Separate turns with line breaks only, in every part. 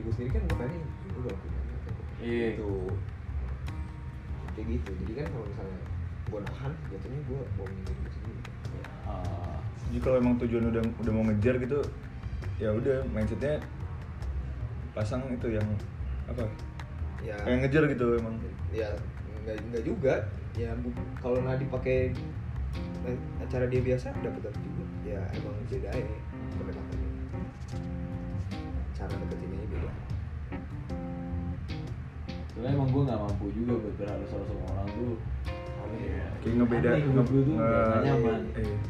gue sendiri kan gue pengen gue punya itu kayak gitu. Jadi kan kalau misalnya gue nahan jatuhnya gue bohongin diri gue sendiri.
Jadi kalau emang tujuan udah mau ngejar gitu ya udah mindsetnya pasang itu yang apa ya kayak ngejar gitu emang
ya nggak juga ya kalau Nadi pakai acara dia biasa dapat juga ya emang beda ya pendekatannya, cara deketinnya beda.
Soalnya emang gue nggak mampu juga buat berharap sama orang tuh
kayak ngebeda
nggak nyaman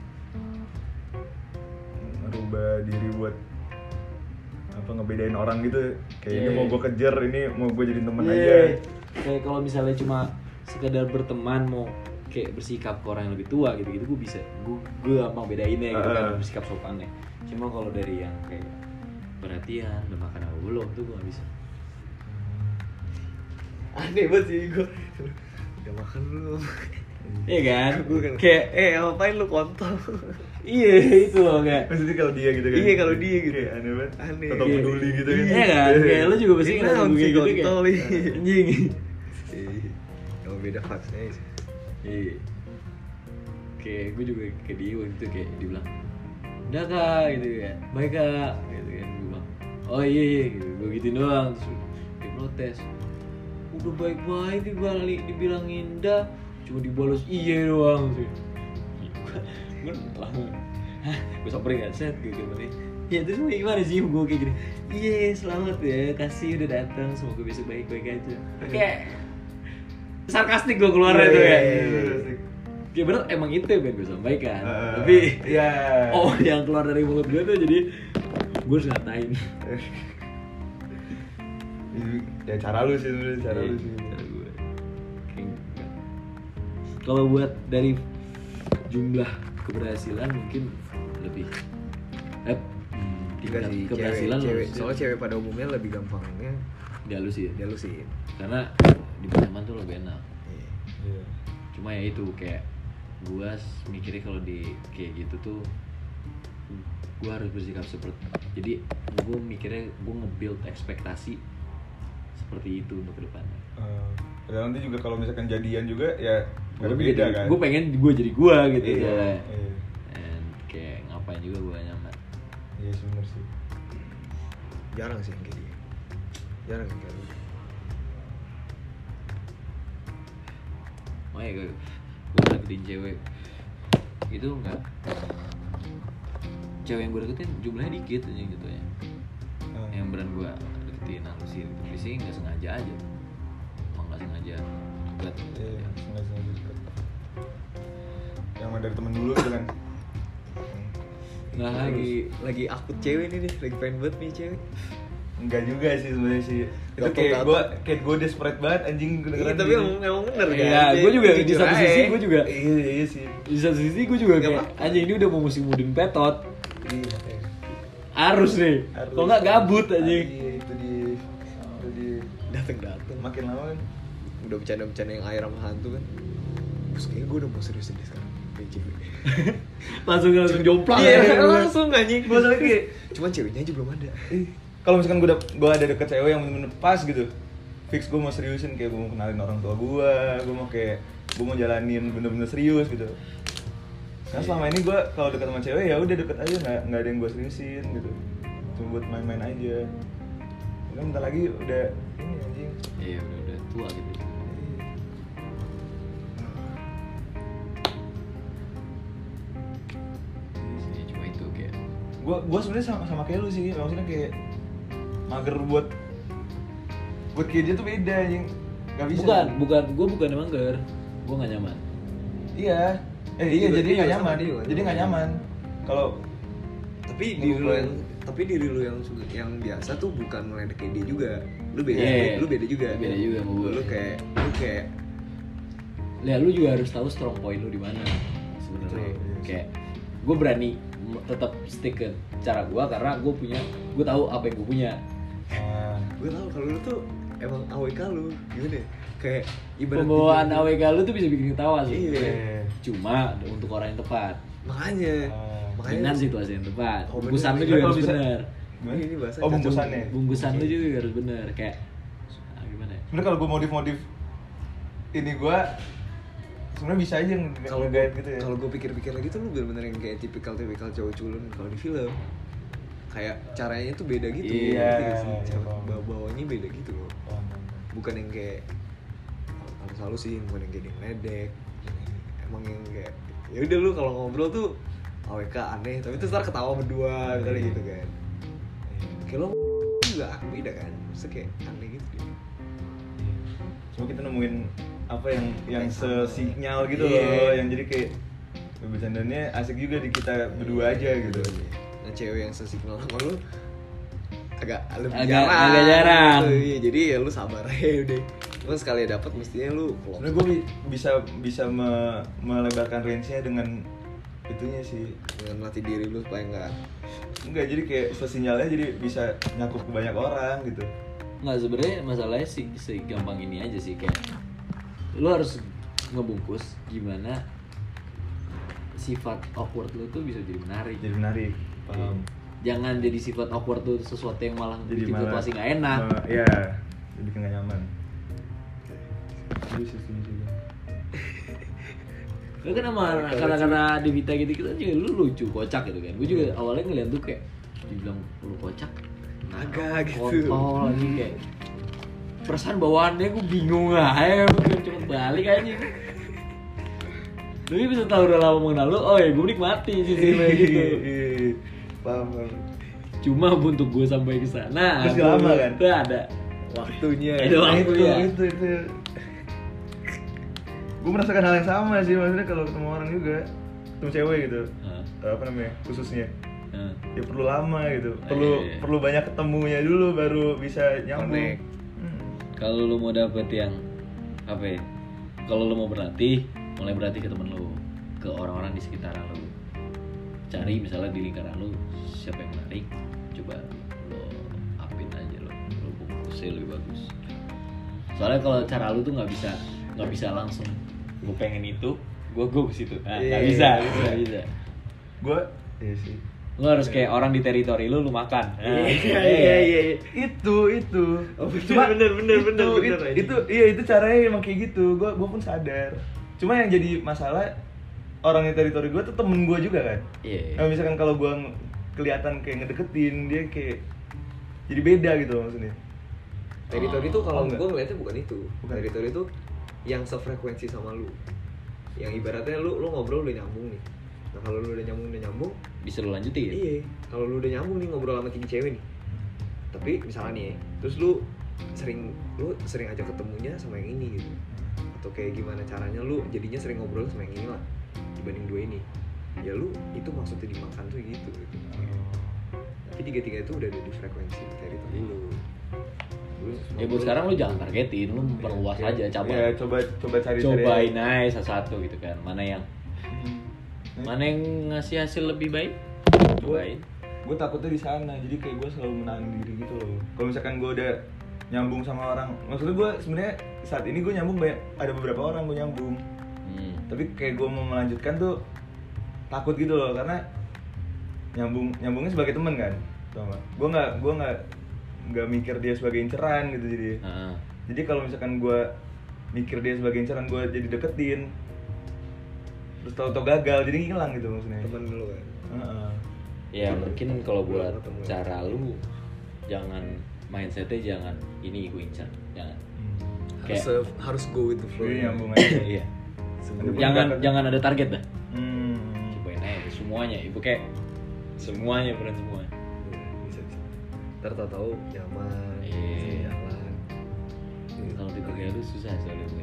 ngerubah diri buat apa ngebedain orang gitu kayak ini mau gue kejar ini mau gue jadi temen aja.
Kayak kalau misalnya cuma sekedar berteman mau kayak bersikap ke orang yang lebih tua gitu gue bisa gue gampang bedainnya gitu kan bersikap sopannya. Cuma kalau dari yang kayak perhatian udah makan apa belum tuh gue nggak bisa.
Aneh banget sih gue udah makan belum.
Iya kan?
Kayak ngapain lu kontol.
Iya itu loh kayak.
Maksudnya kalau dia gitu kan.
Iya kalau dia gitu.
Kayak aneh banget.
Aneh.
Tetap peduli gitu kan.
Iya kan? Kayak lu juga pasti ngerasa gue gitu kayak anjing.
Yang beda faksnya sih.
Iya. Kayak gue juga kayak dia waktu itu kayak dibilang udah kak gitu kan. Baik kak gitu kan. Gue bilang oh iya gitu. Gue gituin doang terus dia protes. Udah baik-baik dibilang indah cuma dibalas iya doang sih. Gue samperin gak set gitu nih. Ya terus gimana sih gue kayak gini. Iya selamat ya kasih udah datang semoga besok baik-baik aja. Kayak sarkastik gue keluarnya tuh ya. Ya bener emang itu yang pengen gue sampaikan. Tapi yang keluar dari mulut gue tuh jadi gue harus ngatain.
Ya cara lu sih cara lu sih.
Kalau buat dari jumlah keberhasilan mungkin lebih
tingkat keberhasilan cewek. Soalnya cewek pada umumnya lebih gampangnya dihalusin karena di nyaman tuh lebih enak.
Iya.
Cuma ya itu kayak gua mikirnya kalau di kayak gitu tuh gua harus bersikap seperti jadi gua mikirnya gua nge-build ekspektasi seperti itu untuk kedepannya.
Padahal nanti juga kalau misalkan jadian juga ya berbeda kan.
Gue pengen gue jadi gue gitu
iya.
And kayak ngapain juga gue nyaman.
Iya benar sih.
Jarang sih yang kayak dia. Jarang yang kayak gitu.
Makanya gue deketin cewek itu enggak. Cewek yang gue deketin jumlahnya dikit aja gitu ya. Yang beran gue deketin halusin itu biasanya nggak sengaja aja. Emang nggak sengaja.
Iya, sengaja dekat. Yang dari temen dulu gitu kan.
Nah
lagi akut cewek nih lagi pengen banget nih cewek.
Enggak juga sih sebenarnya sih. Itu kayak gue desperate banget anjing kedengeran.
Tapi emang bener kan.
Iya, gue juga di satu sisi gue juga.
Iya sih.
Di satu sisi gue juga kayak anjing ini udah mau musim mudin petot.
Iya.
Harus nih. Kalau enggak gabut anjing.
Iya, itu di
dateng.
Makin lama kan
udah bercanda yang air sama hantu kan. Terus kayaknya gue udah mau serius sekarang kayak cewek.
langsung jomplang.
Iya, langsung anjing. Masalah kayak cuman ceweknya aja belum ada.
Kalau misalkan gue ada deket cewek yang bener-bener pas gitu, fix gue mau seriusin kayak gue mau kenalin orang tua gue mau jalanin bener-bener serius gitu. Nah selama ini gue kalau deket sama cewek ya udah deket aja nggak ada yang gue seriusin gitu, cuma buat main-main aja. Kan bentar lagi udah ini anjing.
Iya udah tua gitu. Cuma itu kayak
gue sebenarnya sama kayak lu sih, maksudnya kayak mager buat kayak dia tuh beda anjing. Gak bisa.
Bukan emang mager. Gue nggak nyaman.
Iya. Jadi nggak nyaman. Jadi nggak nyaman. Kalau
tapi diri lu yang biasa tuh bukan meledekin dia juga. Lu beda. Lu beda juga.
Beda juga sama gue.
Lu kayak
ya lu juga harus tahu strong point lu di mana sebenarnya. Kayak gue berani tetap stick ke cara gue karena gue tahu apa yang gue punya.
Gue tahu kalau lu tuh emang AWK lu gimana ya? Kayak ibarat
pembawaan AWK lu tuh bisa bikin ketawa sih.
Iya.
Cuma untuk orang yang tepat.
Makanya
dengan situasi yang tepat.
Oh,
Pesan lu juga harus benar.
Gimana?
Ini bahasa
Oh,
cacung.
bungkusannya.
Bungkusan lu juga harus bener kayak gimana ya?
Sebenarnya kalau gue modif ini gue sebenarnya bisa aja ngegait gitu ya.
Kalau gue pikir-pikir lagi tuh lu bener-bener yang kayak tipikal cowok culun kalau di film. Kayak caranya tuh beda gitu.
Iya.
Ngerti gak sih? Cara
Paham.
bawanya beda gitu loh. Bukan yang kayak harus halus sih, bukan yang kayak dia ngeledek. Emang yang kayak ya udah lu kalau ngobrol tuh AWK aneh, tapi terus ntar ketawa berdua kali gitu kan. Kayak lo juga beda kan, maksudnya kayak aneh gitu deh.
Cuma kita nemuin apa yang
Yang sama.
sesinyal gitu
Iya.
loh, yang jadi kayak bercandanya asik juga di kita berdua aja gitu.
Nah cewek yang sesignal sama lu agak lebih
Agak jarang.
gitu. Iya, jadi ya lu sabar aja udah. Cuma sekali dapet mestinya lu klop.
Sebenarnya gue bisa melebarkan range-nya dengan itunya sih.
Dengan melatih diri lu supaya
Enggak, jadi kayak sesinyalnya jadi bisa nyakup ke banyak orang gitu.
Nggak, sebenarnya masalahnya sih segampang ini aja sih, kayak lu harus ngebungkus gimana sifat awkward lu tuh bisa jadi menarik.
Jadi menarik. Paham.
Jangan jadi sifat awkward tuh sesuatu yang malah
Jadi
bikin
malah
situasi nggak enak.
Iya, jadi bikin nggak nyaman. Jadi setuju juga.
Lu kan sama kata-kata Devita gitu kita juga lu lucu, kocak gitu kan. Gue juga awalnya ngeliat tuh kayak dibilang lu kocak,
agak gitu.
kontol lagi kayak perasaan bawaannya gue bingung aja, gue cepet balik aja. Tapi bisa tahu udah lama mengenal lu, oh ya gue nikmati sih kayak gitu.
Iya, paham.
Cuma untuk gue sampai ke sana,
Terus gak lama kan?
Tuh ada
Waktunya.
Ada waktu ya.
Itu. Gue merasakan hal yang sama sih, maksudnya kalau ketemu orang juga, ketemu cewek gitu, apa namanya, khususnya ya perlu lama gitu, perlu banyak ketemunya dulu baru bisa nyambung.
Kalau lu mau dapet yang apa ya? Kalau lu mau berlatih, mulai berlatih ke temen lu, ke orang-orang di sekitaran lu. Cari misalnya di lingkaran lu siapa yang menarik, coba lo upin aja lo bungkusnya lebih bagus. Soalnya kalau cara lu tuh nggak bisa langsung gue pengen itu, gue ke situ. Nggak bisa.
Gue, iya sih.
Lu harus kayak orang di teritori lu makan.
Iya.
Itu.
Oh,
Cuma
bener.
Itu itu caranya emang kayak gitu. Gue pun sadar. Cuma yang jadi masalah orang di teritori gue tuh temen gue juga kan.
Iya.
Nah, misalkan kalau gue kelihatan kayak ngedeketin dia kayak jadi beda gitu loh maksudnya.
Teritori itu kalau
enggak.
gue ngeliatnya bukan itu.
Bukan.
Teritori itu yang sefrekuensi sama lu. Yang ibaratnya lu ngobrol udah nyambung nih. Nah kalau lu udah nyambung,
Bisa lu lanjutin.
iya. Kalau lu udah nyambung nih ngobrol sama tiga cewek nih. Tapi misalnya nih, terus lu sering aja ketemunya sama yang ini gitu. Atau kayak gimana caranya lu jadinya sering ngobrol sama yang ini lah dibanding dua ini. Ya lu itu maksudnya dimakan tuh gitu. Tapi tiga-tiga itu udah ada di frekuensi teritori lu.
Ya buat sekarang lu jangan targetin, lu perluas aja,
Ya, coba cari-cari.
cobain aja satu-satu gitu kan. Mana yang ngasih hasil lebih baik, cobain.
Gue takutnya di sana, jadi kayak gue selalu menahan diri gitu loh. Kalau misalkan gue udah nyambung sama orang, maksudnya gue sebenarnya saat ini gue nyambung ada beberapa orang gue nyambung. Tapi kayak gue mau melanjutkan tuh takut gitu loh, karena nyambungnya sebagai teman kan, tau gak? Gue nggak mikir dia sebagai inceran gitu jadi kalau misalkan gue mikir dia sebagai inceran, gue jadi deketin terus tau-tau gagal, jadi hilang gitu maksudnya.
Temen lu kan.
Ya mungkin kalau buat
Ketemu.
cara lu jangan mindsetnya jangan ini gue incar, jangan.
Harus go with the flow.
Jadi nyambung aja.
Iya.
Sebenarnya
Jangan ada target dah.
Hmm.
Cobain aja semuanya, ibu kayak semuanya beneran semua.
Bisa. Ntar tahu nyaman, bisa jalan.
Kalau tipe kayak lu susah soalnya gue.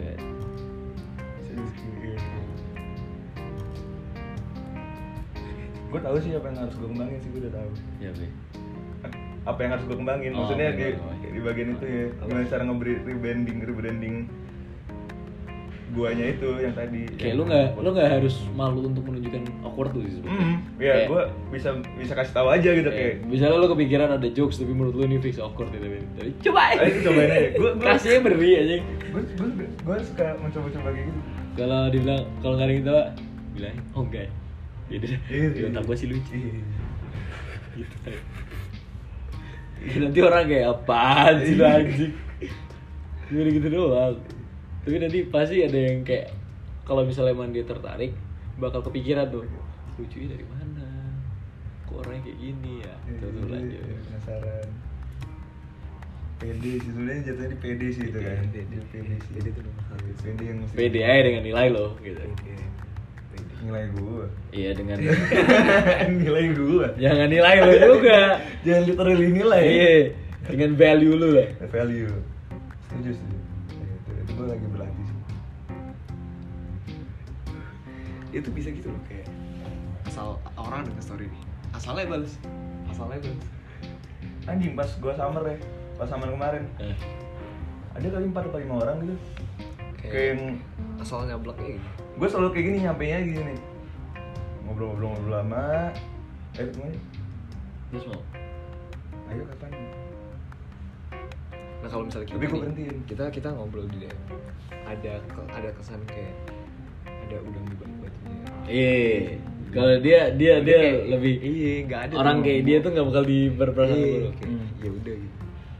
Gue tahu sih apa yang harus gue kembangin sih, gue udah tahu.
Ya be.
Apa yang harus gue kembangin, maksudnya di bagian itu ya, gimana cara rebranding guanya itu yang tadi.
Kayak lu nggak harus malu untuk menunjukkan awkward tuh sih sebenarnya.
Ya gue bisa kasih tahu aja gitu kayak.
Misalnya lu kepikiran ada jokes tapi menurut lu ini fix awkward gitu. Tapi coba.
Ayo cobain aja. Gue
Kasihnya beri aja.
gue suka mencoba-coba kayak gitu.
Kalau dibilang kalau nggak ada yang tahu, bilang oh enggak. Jadi
Iya.
di otak gue sih lucu.
Iya.
Gitu. Nanti orang kayak apaan sih lu anjing. Gitu doang. Tapi nanti pasti ada yang kayak kalau misalnya emang dia tertarik bakal kepikiran tuh. Lucunya dari mana? Kok orangnya kayak gini ya? Tuh lanjut.
Penasaran. Pede sih, sebenarnya jatuhnya di pede sih itu kan. Pede sih.
Jadi itu nomor satu.
Pede yang mesti
Pede aja dengan nilai lo gitu.
nilai gua.
Iya dengan
Nilai gua.
jangan nilai lo juga.
Jangan literally nilai.
Iya, dengan value lu lah.
Value. Setuju. Itu gua lagi berlatih sih.
Itu bisa gitu loh kayak asal orang dengan story nih. Asalnya balas.
Anjing pas gua summer kemarin. Ada kali 4 atau 5 orang gitu. Kayak yang
asal nyablaknya gitu.
gue selalu kayak gini, nyampenya gini nih, ngobrol lama, ketemu
Terus mau?
ayo kapan?
Nah kalau misalnya
Tapi
kita
gue
nih,
berhentiin.
kita ngobrol di DM, ada kesan kayak ada udang di balik batunya.
Iya. Kalau dia
Kayak,
lebih
iya nggak ada
orang
tuh.
kayak dia tuh nggak bakal diberperasaan
Iya,
dulu.
kayak, ya udah gitu.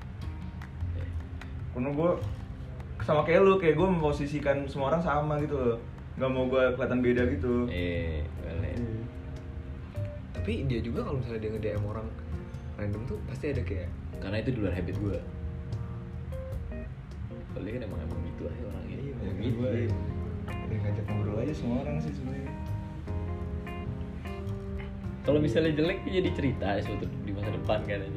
Karena gue sama kayak lu, kayak gue memposisikan semua orang sama gitu loh, nggak mau gue kelihatan beda gitu.
Boleh.
Tapi dia juga kalau misalnya dia nge-DM orang random tuh pasti ada kayak
Karena itu di luar habit gue. Kalau dia kan emang gitu aja orangnya.
Iya,
Mau
Ya,
gitu.
gue ngajak ngobrol aja semua orang sih sebenarnya.
Kalau misalnya jelek jadi cerita suatu di masa depan kan aja.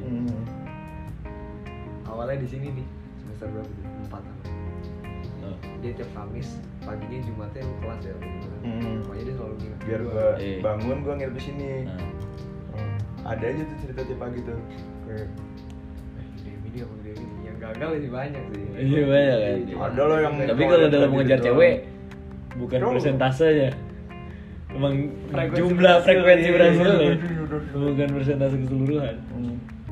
awalnya di sini nih semester berapa tuh? 4 apa?
Oh.
Dia tiap Kamis paginya Jumatnya kelas ya. Makanya dia selalu nginep
Biar
gua.
gue
Iya.
bangun, gue nginep di sini.
Nah.
Ada aja tuh cerita tiap pagi tuh. Kayak
Ini apa dia ini yang gagal sih banyak sih.
Iya, banyak kan.
Cuma-
Ada loh yang
Tapi
Kalau
kalau
ada
dalam
gitu
mengejar
doang.
cewek bukan
Doang.
persentasenya. Emang
Frekuensi
jumlah
berhasil,
frekuensi
iya,
berhasil
iya,
ya.
iya.
Bukan persentase keseluruhan.